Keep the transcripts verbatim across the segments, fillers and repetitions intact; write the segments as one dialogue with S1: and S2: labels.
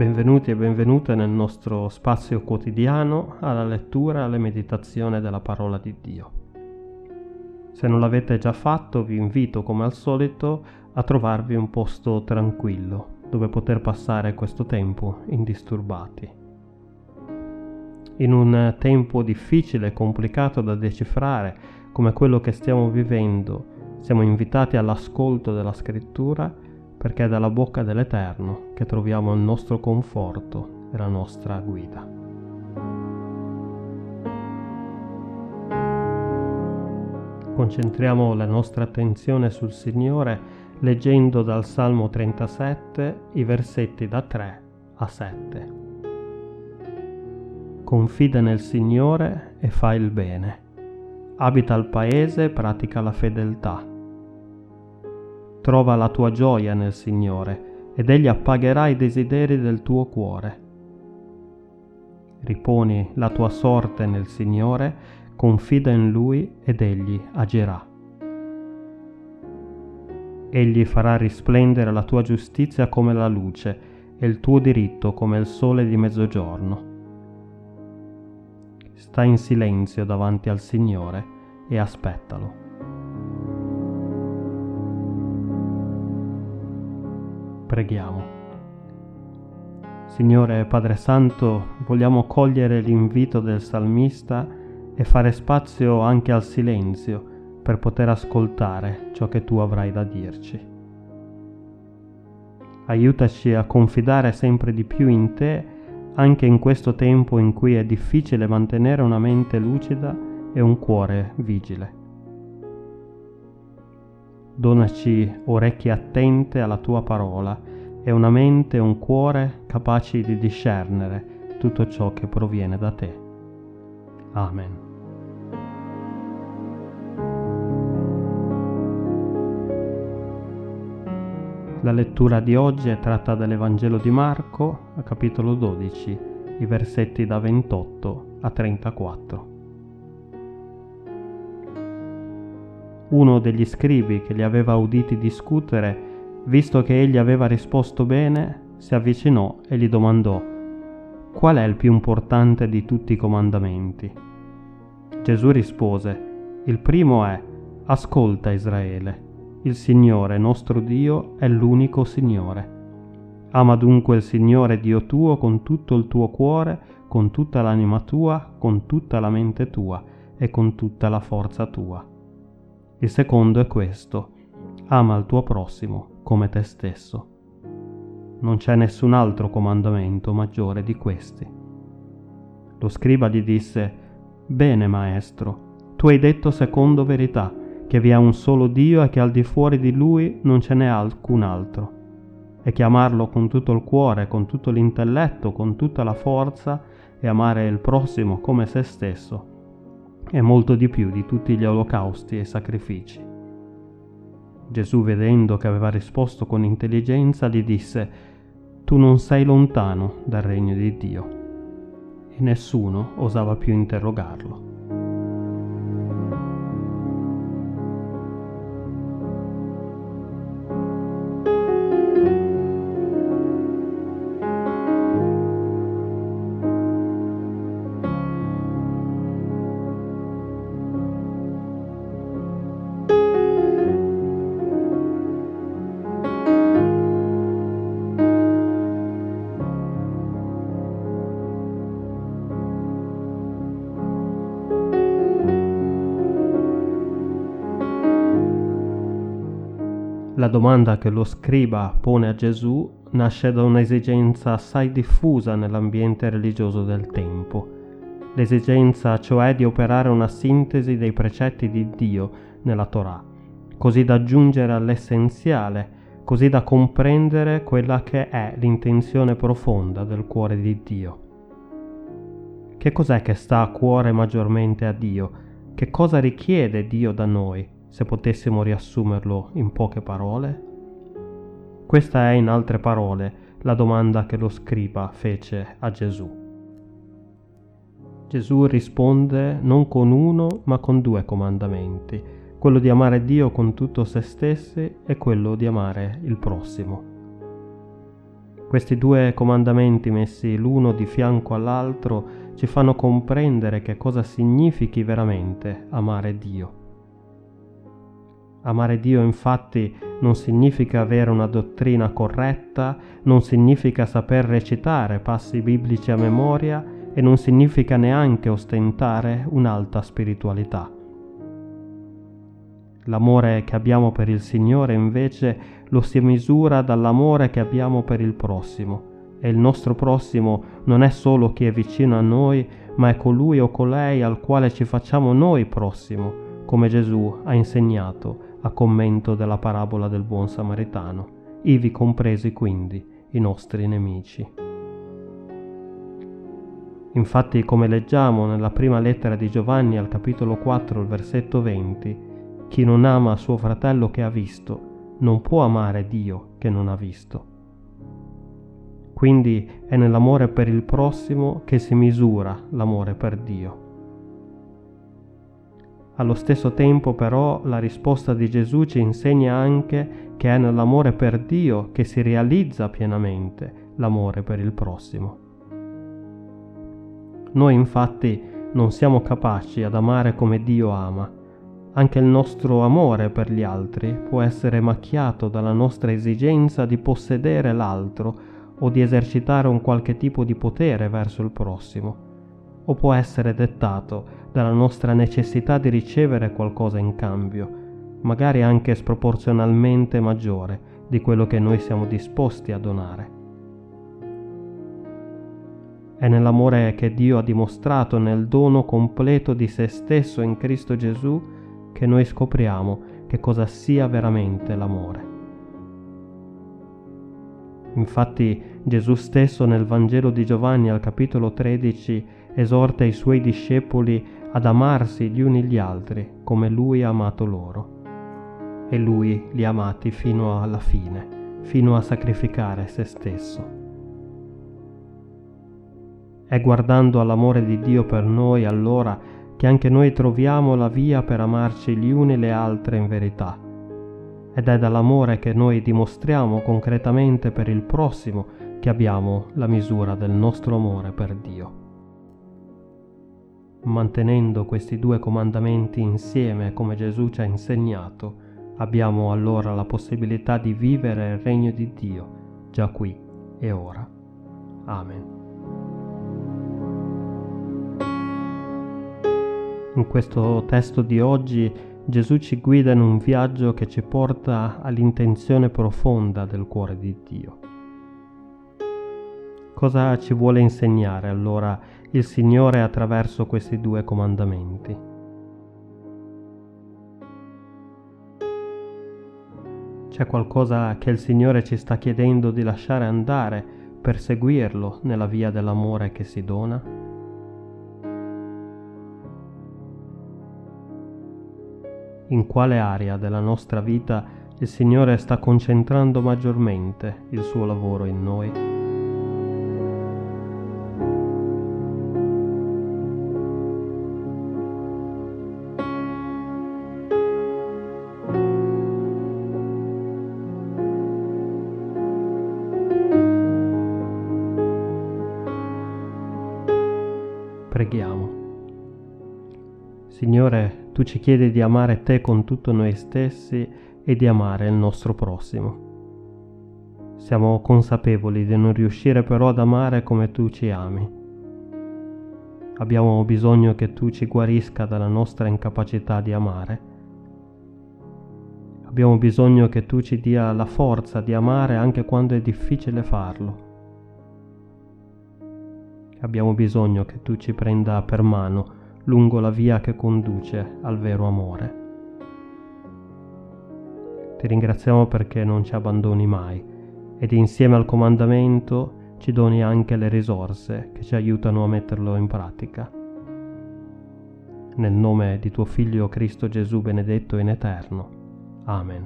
S1: Benvenuti e benvenute nel nostro spazio quotidiano alla lettura e alla meditazione della parola di Dio. Se non l'avete già fatto, vi invito come al solito a trovarvi un posto tranquillo dove poter passare questo tempo indisturbati. In un tempo difficile e complicato da decifrare come quello che stiamo vivendo, siamo invitati all'ascolto della Scrittura perché è dalla bocca dell'Eterno che troviamo il nostro conforto e la nostra guida. Concentriamo la nostra attenzione sul Signore leggendo dal Salmo trentasette i versetti da tre a sette. Confida nel Signore e fa il bene. Abita al paese e pratica la fedeltà. Trova la tua gioia nel Signore ed Egli appagherà i desideri del tuo cuore. Riponi la tua sorte nel Signore, confida in Lui ed Egli agirà. Egli farà risplendere la tua giustizia come la luce e il tuo diritto come il sole di mezzogiorno. Sta in silenzio davanti al Signore e aspettalo. Preghiamo. Signore Padre Santo, vogliamo cogliere l'invito del salmista e fare spazio anche al silenzio per poter ascoltare ciò che tu avrai da dirci. Aiutaci a confidare sempre di più in te, anche in questo tempo in cui è difficile mantenere una mente lucida e un cuore vigile. Donaci orecchie attente alla tua parola e una mente e un cuore capaci di discernere tutto ciò che proviene da te. Amen. La lettura di oggi è tratta dall'Evangelo di Marco, a capitolo dodici, i versetti da ventotto a trentaquattro. Uno degli scribi che li aveva uditi discutere, visto che egli aveva risposto bene, si avvicinò e gli domandò: «Qual è il più importante di tutti i comandamenti?» Gesù rispose: «Il primo è: Ascolta Israele, il Signore nostro Dio è l'unico Signore. Ama dunque il Signore Dio tuo con tutto il tuo cuore, con tutta l'anima tua, con tutta la mente tua e con tutta la forza tua. Il secondo è questo: ama il tuo prossimo come te stesso. Non c'è nessun altro comandamento maggiore di questi». Lo scriba gli disse: «Bene, maestro, tu hai detto secondo verità, che vi è un solo Dio e che al di fuori di Lui non ce n'è alcun altro, e che amarlo con tutto il cuore, con tutto l'intelletto, con tutta la forza, e amare il prossimo come se stesso è molto di più di tutti gli olocausti e i sacrifici». Gesù, vedendo che aveva risposto con intelligenza, gli disse: «Tu non sei lontano dal regno di Dio». E nessuno osava più interrogarlo. La domanda che lo scriba pone a Gesù nasce da un'esigenza assai diffusa nell'ambiente religioso del tempo, l'esigenza cioè di operare una sintesi dei precetti di Dio nella Torah, così da giungere all'essenziale, così da comprendere quella che è l'intenzione profonda del cuore di Dio. Che cos'è che sta a cuore maggiormente a Dio? Che cosa richiede Dio da noi? Se potessimo riassumerlo in poche parole? Questa è, in altre parole, la domanda che lo scriba fece a Gesù. Gesù risponde non con uno, ma con due comandamenti, quello di amare Dio con tutto se stessi e quello di amare il prossimo. Questi due comandamenti messi l'uno di fianco all'altro ci fanno comprendere che cosa significhi veramente amare Dio. Amare Dio infatti non significa avere una dottrina corretta, non significa saper recitare passi biblici a memoria e non significa neanche ostentare un'alta spiritualità. L'amore che abbiamo per il Signore invece lo si misura dall'amore che abbiamo per il prossimo, e il nostro prossimo non è solo chi è vicino a noi, ma è colui o colei al quale ci facciamo noi prossimo, come Gesù ha insegnato a commento della parabola del buon samaritano, ivi compresi quindi i nostri nemici. Infatti, come leggiamo nella prima lettera di Giovanni al capitolo quattro, il versetto venti, chi non ama suo fratello che ha visto, non può amare Dio che non ha visto. Quindi è nell'amore per il prossimo che si misura l'amore per Dio. Allo stesso tempo però la risposta di Gesù ci insegna anche che è nell'amore per Dio che si realizza pienamente l'amore per il prossimo. Noi infatti non siamo capaci ad amare come Dio ama. Anche il nostro amore per gli altri può essere macchiato dalla nostra esigenza di possedere l'altro o di esercitare un qualche tipo di potere verso il prossimo, o può essere dettato dalla nostra necessità di ricevere qualcosa in cambio, magari anche sproporzionalmente maggiore di quello che noi siamo disposti a donare. È nell'amore che Dio ha dimostrato nel dono completo di se stesso in Cristo Gesù che noi scopriamo che cosa sia veramente l'amore. Infatti Gesù stesso nel Vangelo di Giovanni al capitolo tredici esorta i suoi discepoli ad amarsi gli uni gli altri come Lui ha amato loro. E Lui li ha amati fino alla fine, fino a sacrificare se stesso. È guardando all'amore di Dio per noi allora che anche noi troviamo la via per amarci gli uni le altre in verità. Ed è dall'amore che noi dimostriamo concretamente per il prossimo che abbiamo la misura del nostro amore per Dio. Mantenendo questi due comandamenti insieme come Gesù ci ha insegnato, abbiamo allora la possibilità di vivere il regno di Dio già qui e ora. Amen. In questo testo di oggi Gesù ci guida in un viaggio che ci porta all'intenzione profonda del cuore di Dio. Cosa ci vuole insegnare allora il Signore attraverso questi due comandamenti? C'è qualcosa che il Signore ci sta chiedendo di lasciare andare per seguirlo nella via dell'amore che si dona? In quale area della nostra vita il Signore sta concentrando maggiormente il suo lavoro in noi? Preghiamo. Signore, Tu ci chiedi di amare Te con tutto noi stessi e di amare il nostro prossimo. Siamo consapevoli di non riuscire però ad amare come Tu ci ami. Abbiamo bisogno che Tu ci guarisca dalla nostra incapacità di amare. Abbiamo bisogno che Tu ci dia la forza di amare anche quando è difficile farlo. Abbiamo bisogno che Tu ci prenda per mano lungo la via che conduce al vero amore. Ti ringraziamo perché non ci abbandoni mai ed insieme al comandamento ci doni anche le risorse che ci aiutano a metterlo in pratica. Nel nome di Tuo Figlio Cristo Gesù benedetto in eterno. Amen.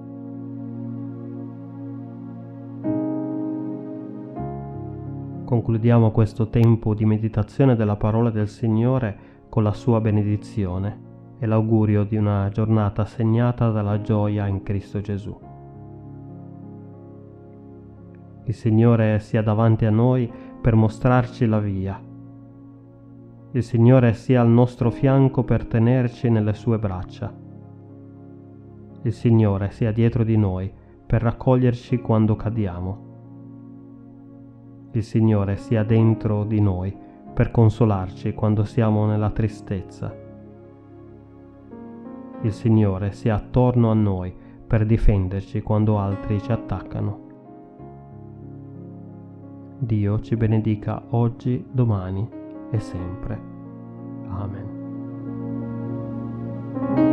S1: Concludiamo questo tempo di meditazione della parola del Signore con la sua benedizione e l'augurio di una giornata segnata dalla gioia in Cristo Gesù. Il Signore sia davanti a noi per mostrarci la via. Il Signore sia al nostro fianco per tenerci nelle sue braccia. Il Signore sia dietro di noi per raccoglierci quando cadiamo. Il Signore sia dentro di noi per consolarci quando siamo nella tristezza. Il Signore sia attorno a noi per difenderci quando altri ci attaccano. Dio ci benedica oggi, domani e sempre. Amen.